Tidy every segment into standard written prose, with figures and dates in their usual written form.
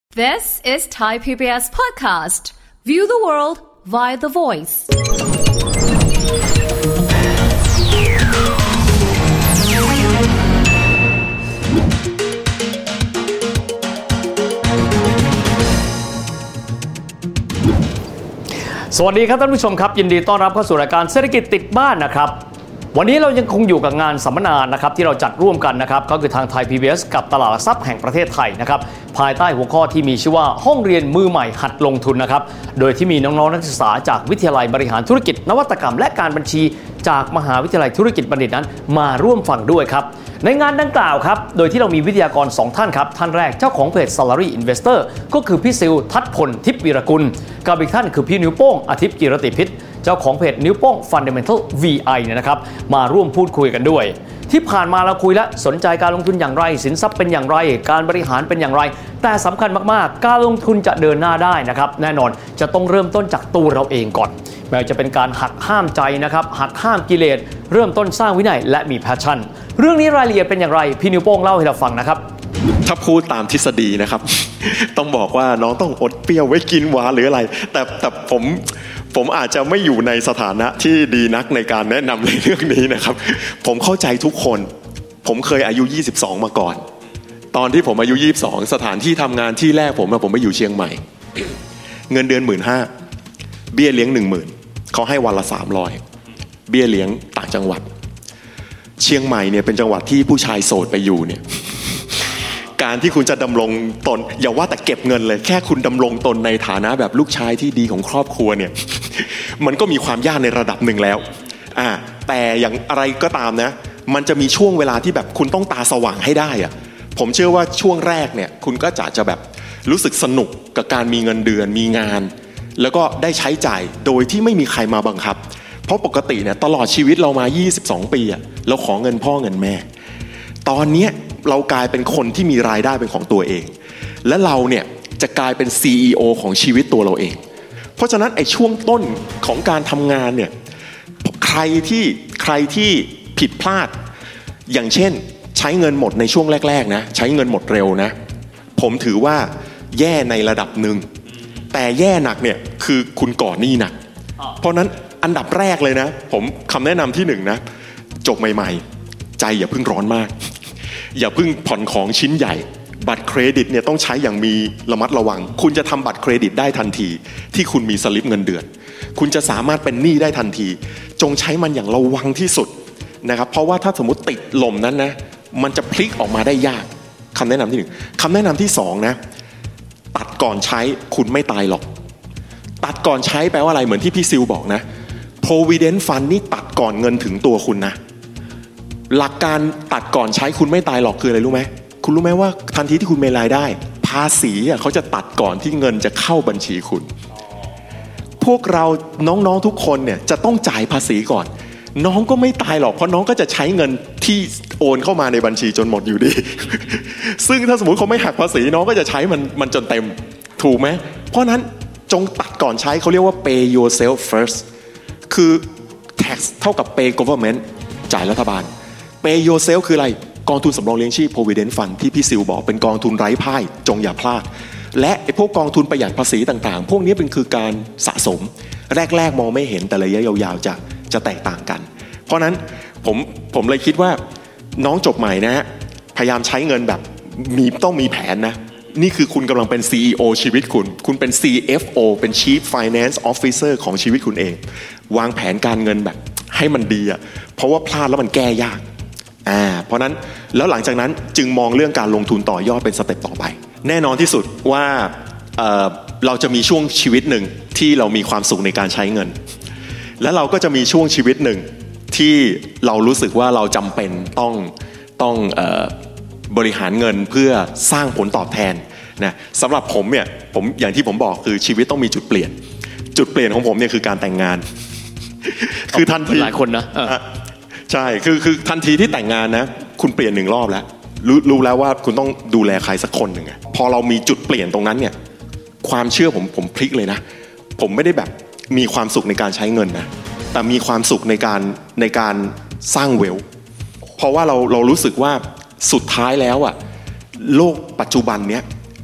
This is Thai PBS podcast. View the world via the voice. สวัสดีครับท่านผู้ชมครับยินดีต้อนรับเข้าสู่รายการเศรษฐกิจติดบ้านนะครับวันนี้เรายังคงอยู่กับงานสัมมนานะครับที่เราจัดร่วมกันนะครับก็คือทางไทย PBS กับตลาดหลักทรัพย์แห่งประเทศไทยนะครับภายใต้หัวข้อที่มีชื่อว่าห้องเรียนมือใหม่หัดลงทุนนะครับโดยที่มีน้องๆนักศึกษาจากวิทยาลัยบริหารธุรกิจนวัตกรรมและการบัญชีจากมหาวิทยาลัยธุรกิจบัณฑิตนั้นมาร่วมฟังด้วยครับในงานดังกล่าวครับโดยที่เรามีวิทยากร2ท่านครับท่านแรกเจ้าของเพจ Salary Investor ก็คือพี่ซิลทัศน์พลทิพย์วีรกุลกับอีกท่านคือพี่นิ้วโป้งอาทิตย์กิรติพิษเจ้าของเพจนิ้วโป้ง Fundamental VI เนี่ยนะครับมาร่วมพูดคุยกันด้วยที่ผ่านมาเราคุยแล้วสนใจการลงทุนอย่างไรสินทรัพย์เป็นอย่างไรการบริหารเป็นอย่างไรแต่สำคัญมากๆการลงทุนจะเดินหน้าได้นะครับแน่นอนจะต้องเริ่มต้นจากตัวเราเองก่อนแม้จะเป็นการหักห้ามใจนะครับหักห้ามกิเลสเริ่มต้นสร้างวินัยและมีแพชชั่นเรื่องนี้รายละเอียดเป็นอย่างไรพี่นิ้วโป้งเล่าให้เราฟังนะครับถ้าพูดตามทฤษฎีนะครับ ต้องบอกว่าน้องต้องอดเปรี้ยวไว้กินหวานหรืออะไรแต่ผมอาจจะไม่อยู่ในสถานะที่ดีนักในการแนะนำในเรื่องนี้นะครับผมเข้าใจทุกคนผมเคยอายุ22มาก่อนตอนที่ผมอายุ22สถานที่ทำงานที่แรกผมไปอยู่เชียงใหม่ เงินเดือน 15,000 เบี้ยเลี้ยง 10,000 เขาให้วันละ300เบี้ยเลี้ยงต่างจังหวัดเชียงใหม่เนี่ยเป็นจังหวัดที่ผู้ชายโสดไปอยู่เนี่ยการที่คุณจะดำรงตนอย่าว่าแต่เก็บเงินเลยแค่คุณดำรงตนในฐานะแบบลูกชายที่ดีของครอบครัวเนี่ยมันก็มีความยากในระดับหนึ่งแล้วแต่อย่างอะไรก็ตามนะมันจะมีช่วงเวลาที่แบบคุณต้องตาสว่างให้ได้อะผมเชื่อว่าช่วงแรกเนี่ยคุณก็จะแบบรู้สึกสนุกกับการมีเงินเดือนมีงานแล้วก็ได้ใช้จ่ายโดยที่ไม่มีใครมาบังคับเพราะปกติเนี่ยตลอดชีวิตเรามา22ปีอะเราขอเงินพ่อเงินแม่ตอนนี้เรากลายเป็นคนที่มีรายได้เป็นของตัวเองและเราเนี่ยจะกลายเป็น CEO ของชีวิตตัวเราเองเพราะฉะนั้นไอ้ช่วงต้นของการทำงานเนี่ยใครที่ผิดพลาดอย่างเช่นใช้เงินหมดในช่วงแรกๆนะใช้เงินหมดเร็วนะผมถือว่าแย่ในระดับหนึ่งแต่แย่หนักเนี่ยคือคุณก่อหนี้หนักเพราะนั้นอันดับแรกเลยนะผมคำแนะนำที่1นะจบใหม่ๆใจอย่าเพิ่งร้อนมากอย่าเพิ่งผ่อนของชิ้นใหญ่บัตรเครดิตเนี่ยต้องใช้อย่างมีระมัดระวังคุณจะทำบัตรเครดิตได้ทันทีที่คุณมีสลิปเงินเดือนคุณจะสามารถเป็นหนี้ได้ทันทีจงใช้มันอย่างระวังที่สุดนะครับเพราะว่าถ้าสมมติติดลมนั้นนะมันจะพลิกออกมาได้ยากคำแนะนำที่1คำแนะนำที่2นะตัดก่อนใช้คุณไม่ตายหรอกตัดก่อนใช้แปลว่าอะไรเหมือนที่พี่ซิลบอกนะ Provident Fund นี่ตัดก่อนเงินถึงตัวคุณนะหลักการตัดก่อนใช้คุณไม่ตายหรอกคืออะไรรู้ไหมคุณรู้ไหมว่าทันทีที่คุณมีรายได้ภาษีเขาจะตัดก่อนที่เงินจะเข้าบัญชีคุณพวกเราน้องๆทุกคนเนี่ยจะต้องจ่ายภาษีก่อนน้องก็ไม่ตายหรอกเพราะน้องก็จะใช้เงินที่โอนเข้ามาในบัญชีจนหมดอยู่ดี ซึ่งถ้าสมมติเขาไม่หักภาษีน้องก็จะใช้มันจนเต็มถูกไหมเพราะนั้นจงตัดก่อนใช้เขาเรียกว่า pay yourself first คือ tax เท่ากับ pay government จ่ายรัฐบาลPay yourself คืออะไรกองทุนสำรองเลี้ยงชีพ Provident Fund ที่พี่ซิลบอกเป็นกองทุนไร้พ่ายจงอย่าพลาดและไอ้พวกกองทุนประหยัดภาษีต่างๆพวกนี้เป็นคือการสะสมแรกๆมองไม่เห็นแต่ระยะยาวๆจะแตกต่างกันเพราะนั้นผมเลยคิดว่าน้องจบใหม่นะฮะพยายามใช้เงินแบบต้องมีแผนนะนี่คือคุณกำลังเป็น CEO ชีวิตคุณเป็น CFO เป็น Chief Finance Officer ของชีวิตคุณเองวางแผนการเงินแบบให้มันดีอ่ะเพราะว่าพลาดแล้วมันแก้ยากเพราะนั้นแล้วหลังจากนั้นจึงมองเรื่องการลงทุนต่อยอดเป็นสเต็ปต่อไปแน่นอนที่สุดว่าเราจะมีช่วงชีวิตหนึ่งที่เรามีความสุขในการใช้เงินและเราก็จะมีช่วงชีวิตหนึ่งที่เรารู้สึกว่าเราจำเป็นต้องบริหารเงินเพื่อสร้างผลตอบแทนนะสำหรับผมเนี่ยผมอย่างที่ผมบอกคือชีวิตต้องมีจุดเปลี่ยนของผมเนี่ยคือการแต่งงานคือทันทีหลายคนนะใช่คือทันทีที่แต่งงานนะคุณเปลี่ยน1รอบแล้วรู้แล้วว่าคุณต้องดูแลใครสักคนหนึ่งพอเรามีจุดเปลี่ยนตรงนั้นเนี่ยความเชื่อผมพลิกเลยนะผมไม่ได้แบบมีความสุขในการใช้เงินนะแต่มีความสุขในการสร้างเวลเพราะว่าเรารู้สึกว่าสุดท้ายแล้วอะโลกปัจจุบันเนี้ย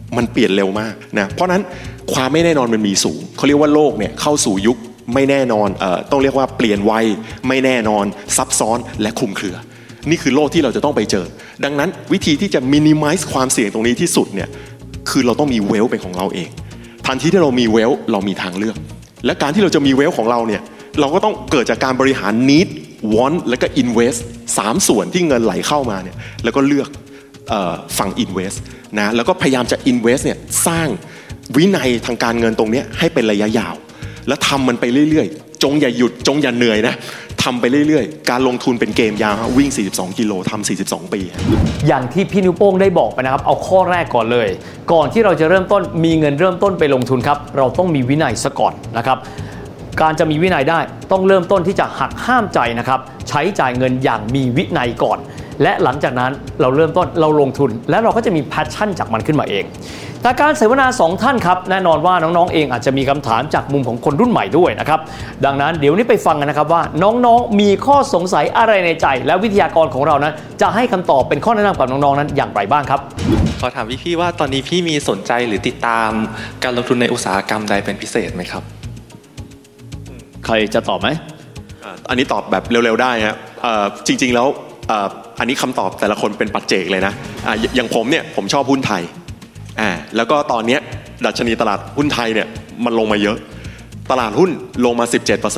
มันเปลี่ยนเร็วมากนะเพราะนั้นความไม่แน่นอนมันมีสูงเขาเรียกว่าโลกเนี่ยเข้าสู่ยุคไม่แน่นอนต้องเรียกว่าเปลี่ยนไวไม่แน่นอนซับซ้อนและคลุมเครือนี่คือโลกที่เราจะต้องไปเจอดังนั้นวิธีที่จะมินิมัลซ์ความเสี่ยงตรงนี้ที่สุดเนี่ยคือเราต้องมีเวลเป็นของเราเองทันทีที่เรามีเวลเรามีทางเลือกและการที่เราจะมีเวลของเราเนี่ยเราก็ต้องเกิดจากการบริหาร need want และก็ invest 3 ส่วนที่เงินไหลเข้ามาเนี่ยแล้วก็เลือกฝั่ง invest นะแล้วก็พยายามจะ invest เนี่ยสร้างวินัยทางการเงินตรงนี้ให้เป็นระยะยาวแล้วทำมันไปเรื่อยๆจงอย่าหยุดจงอย่าเหนื่อยนะทำไปเรื่อยๆการลงทุนเป็นเกมยาววิ่ง42กิโลทำ42ปีอย่างที่พี่นิ้วโป้งได้บอกไปนะครับเอาข้อแรกก่อนเลยก่อนที่เราจะเริ่มต้นมีเงินเริ่มต้นไปลงทุนครับเราต้องมีวินัยซะก่อนนะครับการจะมีวินัยได้ต้องเริ่มต้นที่จะหักห้ามใจนะครับใช้จ่ายเงินอย่างมีวินัยก่อนและหลังจากนั้นเราเริ่มต้นเราลงทุนและเราก็จะมีแพชชั่นจากมันขึ้นมาเองแต่การเสวนา2ท่านครับแน่นอนว่าน้องๆเองอาจจะมีคำถามจากมุมของคนรุ่นใหม่ด้วยนะครับดังนั้นเดี๋ยวนี้ไปฟังกันนะครับว่าน้องๆมีข้อสงสัยอะไรในใจและวิทยากรของเรานั้นจะให้คำตอบเป็นข้อแนะนำกับน้องๆนั้นอย่างไรบ้างครับขอถามพี่ๆว่าตอนนี้พี่มีสนใจหรือติดตามการลงทุนในอุตสาหกรรมใดเป็นพิเศษไหมครับใครจะตอบไหมอันนี้ตอบแบบเร็วๆได้ครับจริงๆแล้วอันนี้คำตอบแต่ละคนเป็นปัจเจกเลยนะอย่างผมเนี่ยผมชอบหุ้นไทยแล้วก็ตอนนี้ดัชนีตลาดหุ้นไทยเนี่ยมันลงมาเยอะตลาดหุ้นลงมา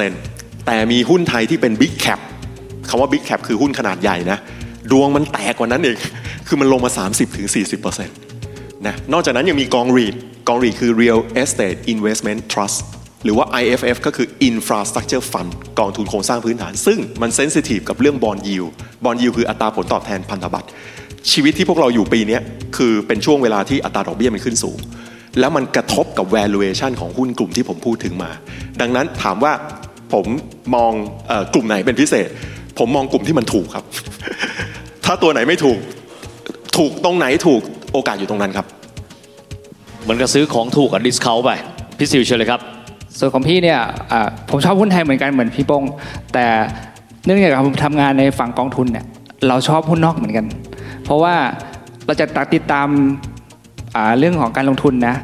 17% แต่มีหุ้นไทยที่เป็น Big Cap คำว่า Big Cap คือหุ้นขนาดใหญ่นะดวงมันแตกกว่านั้นเองคือมันลงมา 30-40% นะนอกจากนั้นยังมีกอง REIT คือ Real Estate Investment Trust หรือว่า IFF ก็คือ Infrastructure Fund กองทุนโครงสร้างพื้นฐานซึ่งมันเซนซิทีฟกับเรื่อง Bond Yield คืออัตราผลตอบแทนพันธบัตรชีวิตที่พวกเราอยู่ปีนี้คือเป็นช่วงเวลาที่อัตราดอกเบี้ยมันขึ้นสูงแล้วมันกระทบกับ valuation ของหุ้นกลุ่มที่ผมพูดถึงมาดังนั้นถามว่าผมมองกลุ่มไหนเป็นพิเศษผมมองกลุ่มที่มันถูกครับ ถ้าตัวไหนไม่ถูกตรงไหนถูกโอกาสอยู่ตรงนั้นครับเหมือนกับซื้อของถูกกับดิสเคาท์ไปพี่ซิวเชิญเลยครับส่วนของพี่เนี่ยผมชอบหุ้นไทยเหมือนกันเหมือนพี่โป้งแต่เนื่องจากผมทำงานในฝั่งกองทุนเนี่ยเราชอบหุ้นนอกเหมือนกันเพราะว่าเราจะติดตามเรื่องของการลงทุนนะ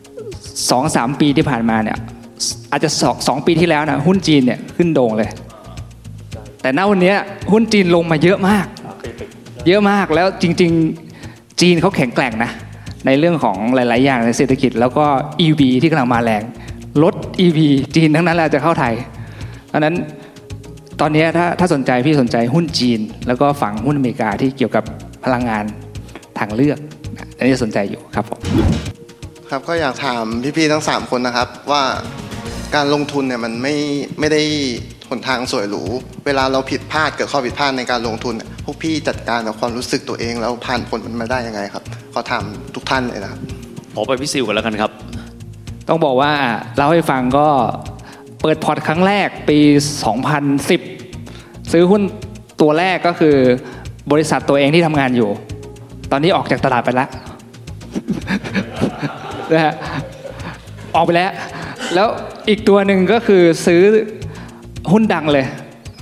2-3 ปีที่ผ่านมาเนี่ยอาจจะ2 ปีที่แล้วนะหุ้นจีนเนี่ยขึ้นโด่งเลยแต่ณวันนี้หุ้นจีนลงมาเยอะมากแล้วจริงๆจีนเขาแข็งแกร่งนะในเรื่องของหลายๆอย่างในเศรษฐกิจแล้วก็ EV ที่กำลังมาแรงรถ EV จีนทั้งนั้นแหละจะเข้าไทยดังนั้นตอนนี้ถ้าสนใจพี่สนใจหุ้นจีนแล้วก็ฝั่งหุ้นอเมริกาที่เกี่ยวกับพลังงานทางเลือกอันนี้สนใจอยู่ครับผมครับก็อยากถามพี่ๆทั้ง3คนนะครับว่าการลงทุนเนี่ยมันไม่ได้หนทางสวยหรูเวลาเราผิดพลาดเกิดข้อผิดพลาดในการลงทุนพวกพี่จัดการกับความรู้สึกตัวเองแล้วผ่านพ้นมันมาได้ยังไงครับขอถามทุกท่านเลยนะครับขอไปพี่ซิวกันแล้วกันครับต้องบอกว่าเล่าให้ฟังก็เปิดพอร์ตครั้งแรกปี 2010 ซื้อหุ้นตัวแรกก็คือบริษัทตัวเองที่ทำงานอยู่ตอนนี้ออกจากตลาดไปแล้วนะฮะออกไปแล้วอีกตัวหนึ่งก็คือซื้อหุ้นดังเลย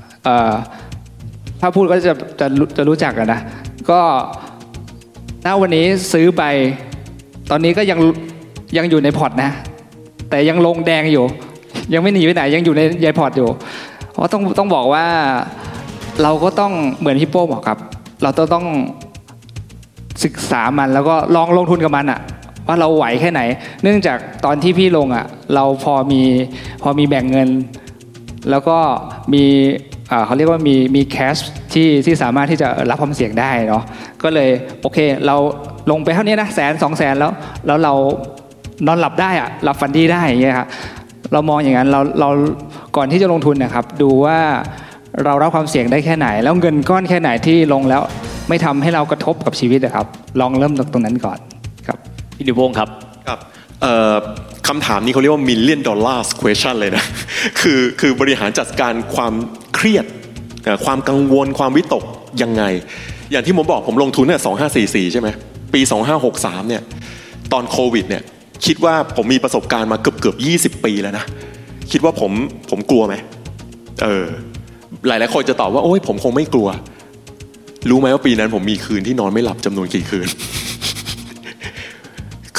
ถ้าพูดก็จะรู้จักกันนะก็ณวันนี้ซื้อไปตอนนี้ก็ยังอยู่ในพอร์ตนะแต่ยังลงแดงอยู่ยังไม่หนีไปไหนยังอยู่ในยายพอร์ตอยู่เพราะต้องบอกว่าเราก็ต้องเหมือนพี่โป้บอกครับเราต้องศึกษามันแล้วก็ลองลงทุนกับมันอ่ะว่าเราไหวแค่ไหนเนื่องจากตอนที่พี่ลงอ่ะเราพอมีแบ่งเงินแล้วก็มีเขาเรียกว่ามีแคชที่สามารถที่จะรับความเสี่ยงได้เนาะก็เลยโอเคเราลงไปเท่านี้นะ100,000-200,000แล้วเรานอนหลับได้อ่ะหลับฝันดีได้อย่างเงี้ยครับเรามองอย่างนั้นเราก่อนที่จะลงทุนนะครับดูว่าเรารับความเสี่ยงได้แค่ไหนแล้วเงินก้อนแค่ไหนที่ลงแล้วไม่ทำให้เรากระทบกับชีวิตนะครับลองเริ่มตรงนั้นก่อนครับพี่ดิวพงศ์ครับคำถามนี้เขาเรียกว่า $1 million question เลยนะคือบริหารจัดการความเครียดความกังวลความวิตกยังไงอย่างที่ผมบอกผมลงทุนเนี่ย2544ใช่ไหมปี2563เนี่ยตอนโควิดเนี่ยคิดว่าผมมีประสบการณ์มาเกือบ20 ปีแล้วนะคิดว่าผมกลัวไหมหลายคนจะตอบว่าโอ้ยผมคงไม่กลัวรู้ไหมว่าปีนั้นผมมีคืนที่นอนไม่หลับจำนวนกี่คืน คื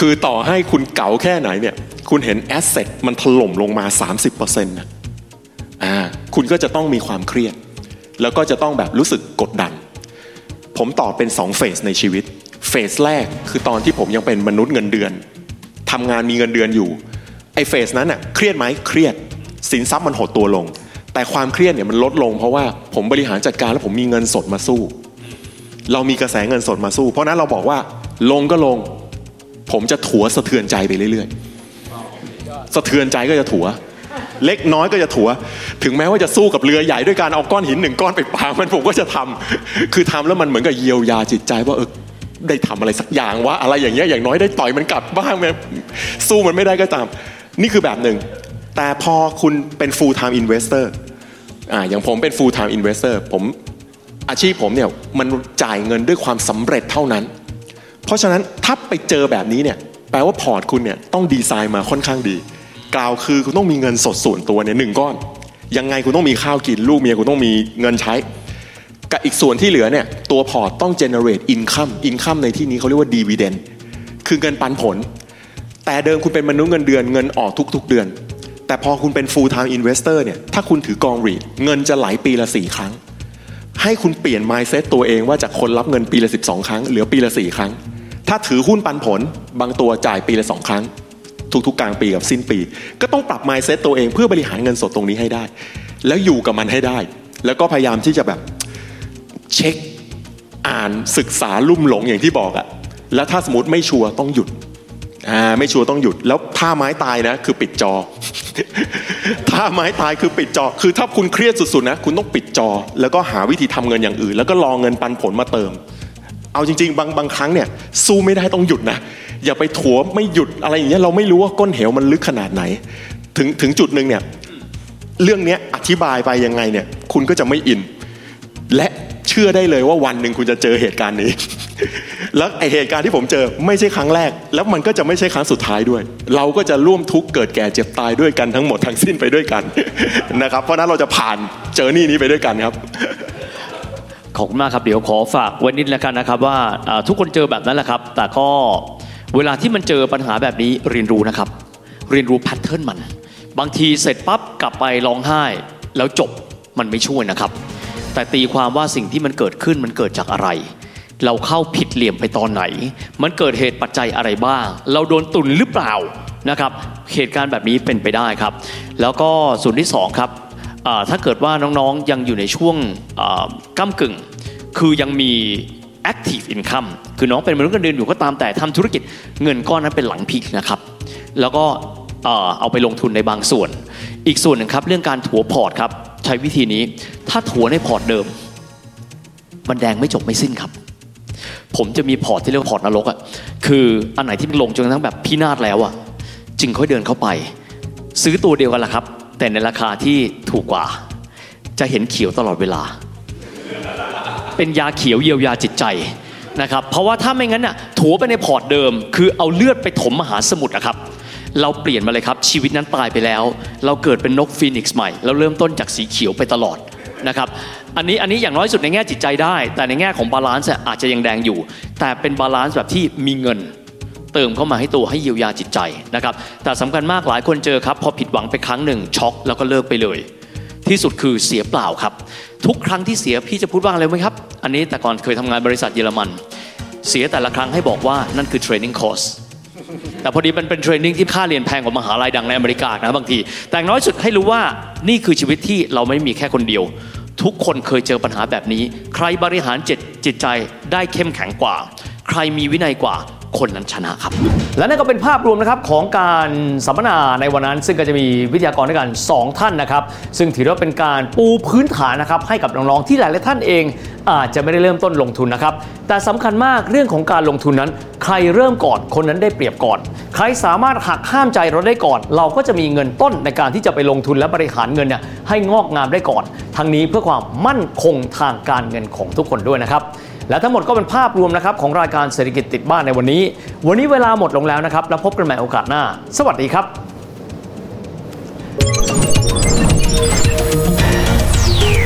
คือต่อให้คุณเก๋าแค่ไหนเนี่ยคุณเห็นแอสเซทมันถล่มลงมา 30% นะคุณก็จะต้องมีความเครียดแล้วก็จะต้องแบบรู้สึกกดดันผมตอบเป็น2เฟสในชีวิตเฟสแรกคือตอนที่ผมยังเป็นมนุษย์เงินเดือนทำงานมีเงินเดือนอยู่ไอ้เฟสนั้นน่ะเครียดไหมเครียดสินทรัพย์มันหดตัวลงแต่ความเครียดเนี่ยมันลดลงเพราะว่าผมบริหารจัดการแล้วผมมีเงินสดมาสู้เรามีกระแสเงินสดมาสู้เพราะนั้นเราบอกว่าลงก็ลงผมจะถัวสะเทือนใจไปเรื่อยๆสะเทือนใจก็จะถัวเล็กน้อยก็จะถัวถึงแม้ว่าจะสู้กับเรือใหญ่ด้วยการเอาก้อนหิน1ก้อนไปปามันผมก็จะทำคือทำแล้วมันเหมือนกับเยียวยาจิตใจว่าได้ทำอะไรสักอย่างวะอะไรอย่างเงี้ยอย่างน้อยได้ต่อยมันกลับบ้างแม้สู้มันไม่ได้ก็ตามนี่คือแบบหนึ่งแต่พอคุณเป็น full time investor อย่างผมเป็น full time investor ผมอาชีพผมเนี่ยมันจ่ายเงินด้วยความสำเร็จเท่านั้นเพราะฉะนั้นถ้าไปเจอแบบนี้เนี่ยแปลว่าพอร์ตคุณเนี่ยต้องดีไซน์มาค่อนข้างดีกล่าวคือคุณต้องมีเงินสดส่วนตัวเนี่ย1ก้อนยังไงคุณต้องมีข้าวกินลูกเมียคุณต้องมีเงินใช้กับอีกส่วนที่เหลือเนี่ยตัวพอร์ตต้อง generate income ในที่นี้เขาเรียกว่า dividend คือเงินปันผลแต่เดิมคุณเป็นมนุษย์เงินเดือนเงินออกทุกๆเดือนแต่พอคุณเป็น full time investor เนี่ยถ้าคุณถือกอง REIT เงินจะไหลปีละ4ครั้งให้คุณเปลี่ยน mindset ตัวเองว่าจากคนรับเงินปีละ12ครั้งเหลือปีละ4ครั้งถ้าถือหุ้นปันผลบางตัวจ่ายปีละ2ครั้งทุกๆกลางปีกับสิ้นปีก็ต้องปรับ mindset ตัวเองเพื่อบริหารเงินสดตรงนี้ให้ได้แล้วอยู่กับมันให้ได้แล้วก็พยายามที่จะแบบเช็คอ่านศึกษาลุ่มหลงอย่างที่บอกอะแล้วถ้าสมมติไม่ชัวร์ต้องหยุดไม่ชัวร์ต้องหยุดแล้วท่าไม้ตายนะคือปิดจอ ท่าไม้ตายคือปิดจอคือถ้าคุณเครียดสุดๆนะคุณต้องปิดจอแล้วก็หาวิธีทำเงินอย่างอื่นแล้วก็รอเงินปันผลมาเติมเอาจริงๆบางครั้งเนี่ยสู้ไม่ได้ต้องหยุดนะอย่าไปถัวไม่หยุดอะไรอย่างเงี้ยเราไม่รู้ว่าก้นเหวมันลึกขนาดไหนถึงจุดนึงเนี่ยเรื่องนี้อธิบายไปยังไงเนี่ยคุณก็จะไม่อินและเชื่อได้เลยว่าวันหนึ่งคุณจะเจอเหตุการณ์นี้ แล้วไอเหตุการณ์ที่ผมเจอไม่ใช่ครั้งแรกแล้วมันก็จะไม่ใช่ครั้งสุดท้ายด้วยเราก็จะร่วมทุกข์เกิดแก่เจ็บตายด้วยกันทั้งหมดทั้งสิ้นไปด้วยกัน นะครับเพราะนั้นเราจะผ่านเจอนี้ไปด้วยกันครับขอบคุณมากครับเดี๋ยวขอฝากไว้นิดแล้วกันนะครับว่าทุกคนเจอแบบนั้นแหละครับแต่ก็เวลาที่มันเจอปัญหาแบบนี้เรียนรู้นะครับเรียนรู้แพทเทิร์นมันบางทีเสร็จปั๊บกลับไปร้องไห้แล้วจบมันไม่ช่วยนะครับแต่ตีความว่าสิ่งที่มันเกิดขึ้นมันเกิดจากอะไรเราเข้าผิดเหลี่ยมไปตอนไหนมันเกิดเหตุปัจจัยอะไรบ้างเราโดนตุนหรือเปล่านะครับเหตุการณ์แบบนี้เป็นไปได้ครับแล้วก็ส่วนที่2ครับถ้าเกิดว่าน้องๆยังอยู่ในช่วงก้ำกึ่งคือยังมี active income คือน้องเป็นมนุษย์เงินเดือนอยู่ก็ตามแต่ทำธุรกิจเงินก้อนนั้นเป็นหลังพีคนะครับแล้วก็เอาไปลงทุนในบางส่วนอีกส่วนหนึ่งครับเรื่องการถัวพอร์ตครับใช้วิธีนี้ถ้าถัวในพอร์ตเดิมมันแดงไม่จบไม่สิ้นครับผมจะมีพอร์ตที่เรียกว่าพอร์ตนรกอ่ะคืออันไหนที่มันลงจนกระทั่งแบบพินาศแล้วอ่ะจึงค่อยเดินเข้าไปซื้อตัวเดียวกันแหละครับแต่ในราคาที่ถูกกว่าจะเห็นเขียวตลอดเวลาเป็นยาเขียวเยียวยาจิตใจนะครับเพราะว่าถ้าไม่งั้นน่ะถัวไปในพอร์ตเดิมคือเอาเลือดไปถมมหาสมุทรนะครับเราเปลี่ยนมาเลยครับชีวิตนั้นตายไปแล้วเราเกิดเป็นนกฟีนิกซ์ใหม่แล้วเริ่มต้นจากสีเขียวไปตลอดนะครับอันนี้อย่างน้อยสุดในแง่จิตใจได้แต่ในแง่ของบาลานซ์อาจจะยังแดงอยู่แต่เป็นบาลานซ์แบบที่มีเงินเติมเข้ามาให้ตัวให้เยียวยาจิตใจนะครับแต่สำคัญมากหลายคนเจอครับพอผิดหวังไปครั้งหนึ่งช็อกแล้วก็เลิกไปเลยที่สุดคือเสียเปล่าครับทุกครั้งที่เสียพี่จะพูดว่าอะไรไหมครับอันนี้แต่ก่อนเคยทำงานบริษัทเยอรมันเสียแต่ละครั้งให้บอกว่านั่นคือเทรนนิ่งคอร์สแต่พอดีมันเป็นเทรนนิ่งที่ค่าเรียนแพงกว่ามหาลัยดังในอเมริกานะบางทีแต่น้อยสุดให้รู้ว่านี่คือชีวิตที่เราไม่มีแค่คนเดียวทุกคนเคยเจอปัญหาแบบนี้ใครบริหารจิตใจได้เข้มแข็งกว่าใครมีวินัยกว่าคนนั้นชนะครับและนั่นก็เป็นภาพรวมนะครับของการสัมมนาในวันนั้นซึ่งก็จะมีวิทยากรด้วยกัน2ท่านนะครับซึ่งถือว่าเป็นการปูพื้นฐานนะครับให้กับน้องๆที่หลายๆท่านเองอาจจะไม่ได้เริ่มต้นลงทุนนะครับแต่สำคัญมากเรื่องของการลงทุนนั้นใครเริ่มก่อนคนนั้นได้เปรียบก่อนใครสามารถหักห้ามใจเราได้ก่อนเราก็จะมีเงินต้นในการที่จะไปลงทุนและบริหารเงินเนี่ยให้งอกงามได้ก่อนทั้งนี้เพื่อความมั่นคงทางการเงินของทุกคนด้วยนะครับและทั้งหมดก็เป็นภาพรวมนะครับของรายการเศรษฐกิจติดบ้านในวันนี้เวลาหมดลงแล้วนะครับแล้วพบกันใหม่โอกาสหน้าสวัสดี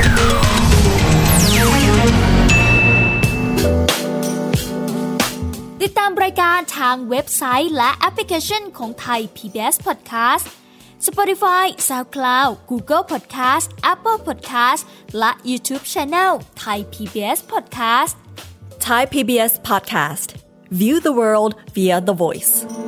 ครับติดตามรายการทางเว็บไซต์และแอปพลิเคชันของไทย PBS Podcast Spotify, SoundCloud, Google Podcast, Apple Podcast และ YouTube Channel Thai PBS Podcast Thai PBS Podcast. View the world via the voice.